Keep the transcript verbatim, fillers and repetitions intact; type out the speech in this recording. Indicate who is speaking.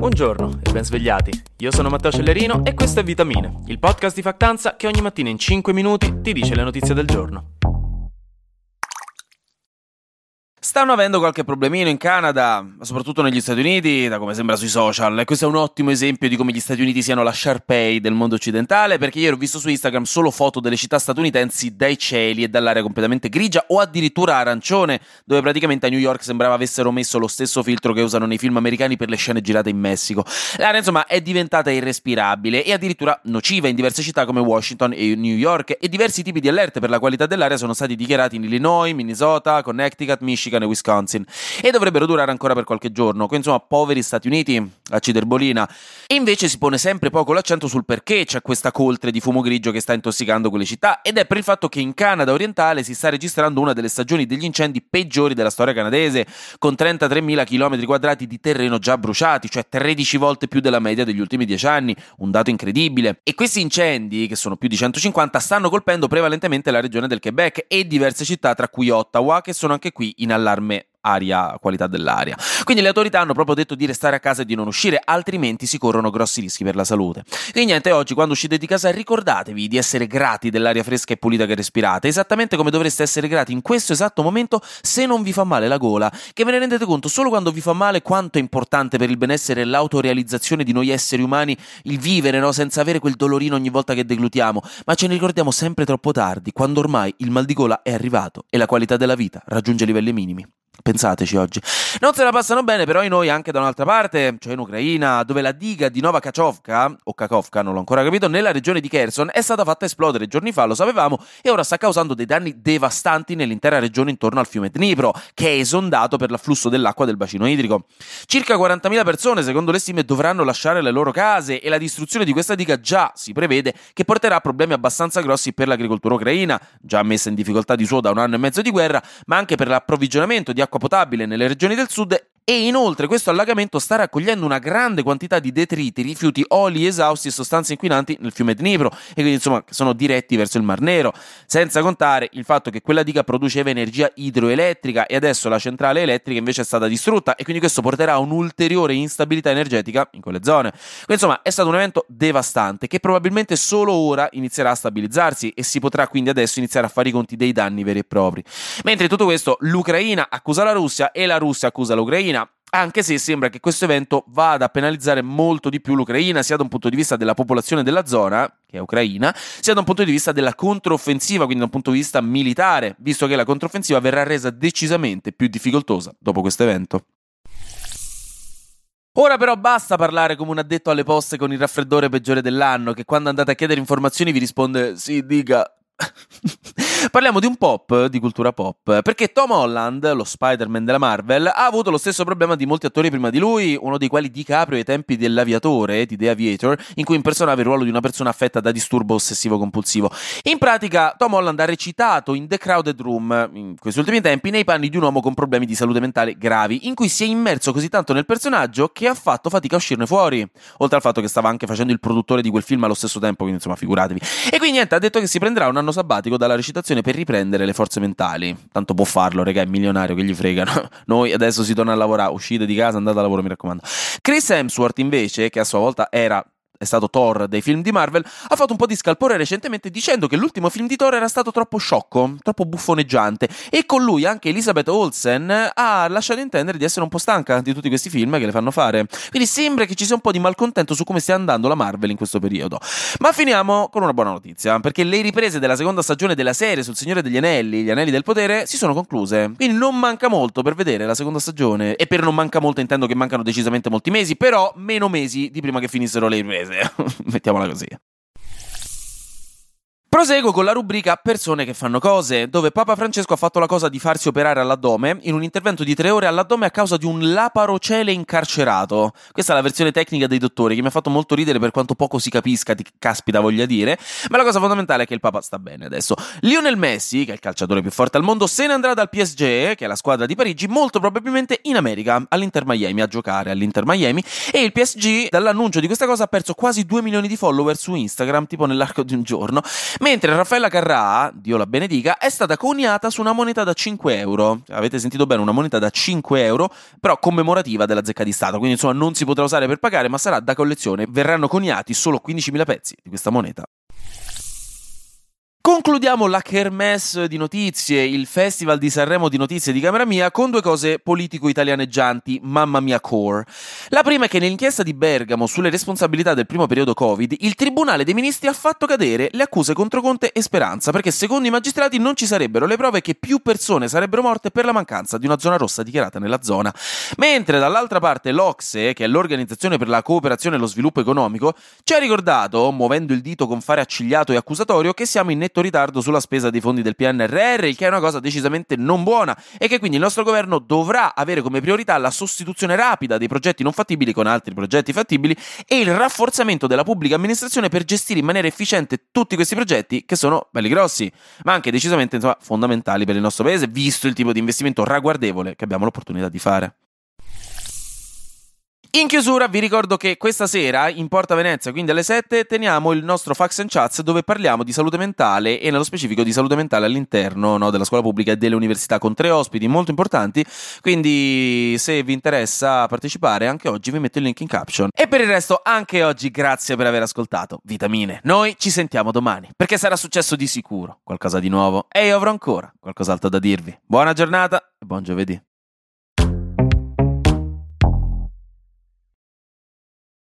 Speaker 1: Buongiorno e ben svegliati. Io sono Matteo Cellerino e questo è Vitamine, il podcast di Factanza che ogni mattina in cinque minuti ti dice le notizie del giorno. Stanno avendo qualche problemino in Canada, ma soprattutto negli Stati Uniti, da come sembra sui social, e questo è un ottimo esempio di come gli Stati Uniti siano la Sharpay del mondo occidentale, perché ieri ho visto su Instagram solo foto delle città statunitensi dai cieli e dall'aria completamente grigia o addirittura arancione, dove praticamente a New York sembrava avessero messo lo stesso filtro che usano nei film americani per le scene girate in Messico. L'area insomma è diventata irrespirabile e addirittura nociva in diverse città come Washington e New York, e diversi tipi di allerte per la qualità dell'aria sono stati dichiarati in Illinois, Minnesota, Connecticut, Michigan e Wisconsin, e dovrebbero durare ancora per qualche giorno. Quindi insomma, poveri Stati Uniti, a ciderbolina. E invece si pone sempre poco l'accento sul perché c'è questa coltre di fumo grigio che sta intossicando quelle città, ed è per il fatto che in Canada orientale si sta registrando una delle stagioni degli incendi peggiori della storia canadese, con trentatremila chilometri quadrati di terreno già bruciati, cioè tredici volte più della media degli ultimi dieci anni, un dato incredibile. E questi incendi, che sono più di centocinquanta, stanno colpendo prevalentemente la regione del Quebec e diverse città, tra cui Ottawa, che sono anche qui in allarme aria, qualità dell'aria. Quindi le autorità hanno proprio detto di restare a casa e di non uscire, altrimenti si corrono grossi rischi per la salute. Quindi niente, oggi quando uscite di casa ricordatevi di essere grati dell'aria fresca e pulita che respirate, esattamente come dovreste essere grati in questo esatto momento se non vi fa male la gola, che ve ne rendete conto solo quando vi fa male quanto è importante per il benessere e l'autorealizzazione di noi esseri umani il vivere, no? Senza avere quel dolorino ogni volta che deglutiamo, ma ce ne ricordiamo sempre troppo tardi, quando ormai il mal di gola è arrivato e la qualità della vita raggiunge livelli minimi. Pensateci oggi. Non se la passano bene però i noi anche da un'altra parte, cioè in Ucraina, dove la diga di Nova Kachovka, o Kakhovka, non l'ho ancora capito, nella regione di Kherson è stata fatta esplodere giorni fa, lo sapevamo, e ora sta causando dei danni devastanti nell'intera regione intorno al fiume Dnipro, che è esondato per l'afflusso dell'acqua del bacino idrico. Circa quarantamila persone, secondo le stime, dovranno lasciare le loro case, e la distruzione di questa diga già si prevede che porterà a problemi abbastanza grossi per l'agricoltura ucraina, già messa in difficoltà di suo da un anno e mezzo di guerra, ma anche per l'approvvigionamento di acqua potabile nelle regioni del sud. E inoltre questo allagamento sta raccogliendo una grande quantità di detriti, rifiuti, oli esausti e sostanze inquinanti nel fiume Dnipro, e quindi insomma sono diretti verso il Mar Nero, senza contare il fatto che quella diga produceva energia idroelettrica e adesso la centrale elettrica invece è stata distrutta, e quindi questo porterà a un'ulteriore instabilità energetica in quelle zone. Quindi insomma è stato un evento devastante che probabilmente solo ora inizierà a stabilizzarsi e si potrà quindi adesso iniziare a fare i conti dei danni veri e propri. Mentre in tutto questo l'Ucraina accusa la Russia e la Russia accusa l'Ucraina, anche se sembra che questo evento vada a penalizzare molto di più l'Ucraina, sia da un punto di vista della popolazione della zona, che è ucraina, sia da un punto di vista della controffensiva, quindi da un punto di vista militare, visto che la controffensiva verrà resa decisamente più difficoltosa dopo questo evento. Ora però basta parlare come un addetto alle poste con il raffreddore peggiore dell'anno, che quando andate a chiedere informazioni vi risponde «Sì, dica». Parliamo di un pop, di cultura pop, perché Tom Holland, lo Spider-Man della Marvel, ha avuto lo stesso problema di molti attori prima di lui, uno dei quali DiCaprio ai tempi dell'Aviatore, di The Aviator, in cui impersonava il ruolo di una persona affetta da disturbo ossessivo-compulsivo. In pratica, Tom Holland ha recitato in The Crowded Room, in questi ultimi tempi, nei panni di un uomo con problemi di salute mentale gravi, in cui si è immerso così tanto nel personaggio che ha fatto fatica a uscirne fuori, oltre al fatto che stava anche facendo il produttore di quel film allo stesso tempo, quindi insomma figuratevi. E quindi niente, ha detto che si prenderà un anno sabbatico dalla recitazione per riprendere le forze mentali. Tanto può farlo, regà, è milionario, che gli fregano. Noi adesso si torna a lavorare, uscite di casa, andate a lavoro, mi raccomando. Chris Hemsworth invece, che a sua volta era è stato Thor dei film di Marvel, ha fatto un po' di scalpore recentemente dicendo che l'ultimo film di Thor era stato troppo sciocco, troppo buffoneggiante, e con lui anche Elizabeth Olsen ha lasciato intendere di essere un po' stanca di tutti questi film che le fanno fare. Quindi sembra che ci sia un po' di malcontento su come stia andando la Marvel in questo periodo. Ma finiamo con una buona notizia, perché le riprese della seconda stagione della serie sul Signore degli Anelli, gli Anelli del Potere, si sono concluse. Quindi non manca molto per vedere la seconda stagione, e per non manca molto intendo che mancano decisamente molti mesi, però meno mesi di prima che finissero le riprese. Mettiamola così. Proseguo con la rubrica Persone che fanno cose, dove Papa Francesco ha fatto la cosa di farsi operare all'addome in un intervento di tre ore all'addome a causa di un laparocele incarcerato. Questa è la versione tecnica dei dottori, che mi ha fatto molto ridere per quanto poco si capisca di caspita voglia dire, ma la cosa fondamentale è che il Papa sta bene adesso. Lionel Messi, che è il calciatore più forte al mondo, se ne andrà dal P S G, che è la squadra di Parigi, molto probabilmente in America, all'Inter Miami, a giocare all'Inter Miami, e il P S G, dall'annuncio di questa cosa, ha perso quasi due milioni di follower su Instagram, tipo nell'arco di un giorno, Mentre Raffaella Carrà, Dio la benedica, è stata coniata su una moneta da cinque euro. Avete sentito bene, una moneta da cinque euro, però commemorativa della zecca di Stato. Quindi insomma non si potrà usare per pagare, ma sarà da collezione. Verranno coniati solo quindicimila pezzi di questa moneta. Concludiamo la kermesse di notizie, il Festival di Sanremo di notizie di camera mia, con due cose politico-italianeggianti, mamma mia core. La prima è che nell'inchiesta di Bergamo sulle responsabilità del primo periodo Covid, il Tribunale dei Ministri ha fatto cadere le accuse contro Conte e Speranza, perché secondo i magistrati non ci sarebbero le prove che più persone sarebbero morte per la mancanza di una zona rossa dichiarata nella zona. Mentre dall'altra parte l'Ocse, che è l'Organizzazione per la Cooperazione e lo Sviluppo Economico, ci ha ricordato, muovendo il dito con fare accigliato e accusatorio, che siamo in netto ritardo sulla spesa dei fondi del P N R R, il che è una cosa decisamente non buona e che quindi il nostro governo dovrà avere come priorità la sostituzione rapida dei progetti non fattibili con altri progetti fattibili e il rafforzamento della pubblica amministrazione per gestire in maniera efficiente tutti questi progetti che sono belli grossi, ma anche decisamente insomma, fondamentali per il nostro paese, visto il tipo di investimento ragguardevole che abbiamo l'opportunità di fare. In chiusura vi ricordo che questa sera in Porta Venezia, quindi alle sette, teniamo il nostro Fax and Chats dove parliamo di salute mentale e nello specifico di salute mentale all'interno no, della scuola pubblica e delle università con tre ospiti molto importanti, quindi se vi interessa partecipare anche oggi vi metto il link in caption. E per il resto anche oggi grazie per aver ascoltato Vitamine. Noi ci sentiamo domani perché sarà successo di sicuro qualcosa di nuovo e io avrò ancora qualcos'altro da dirvi. Buona giornata e buon giovedì.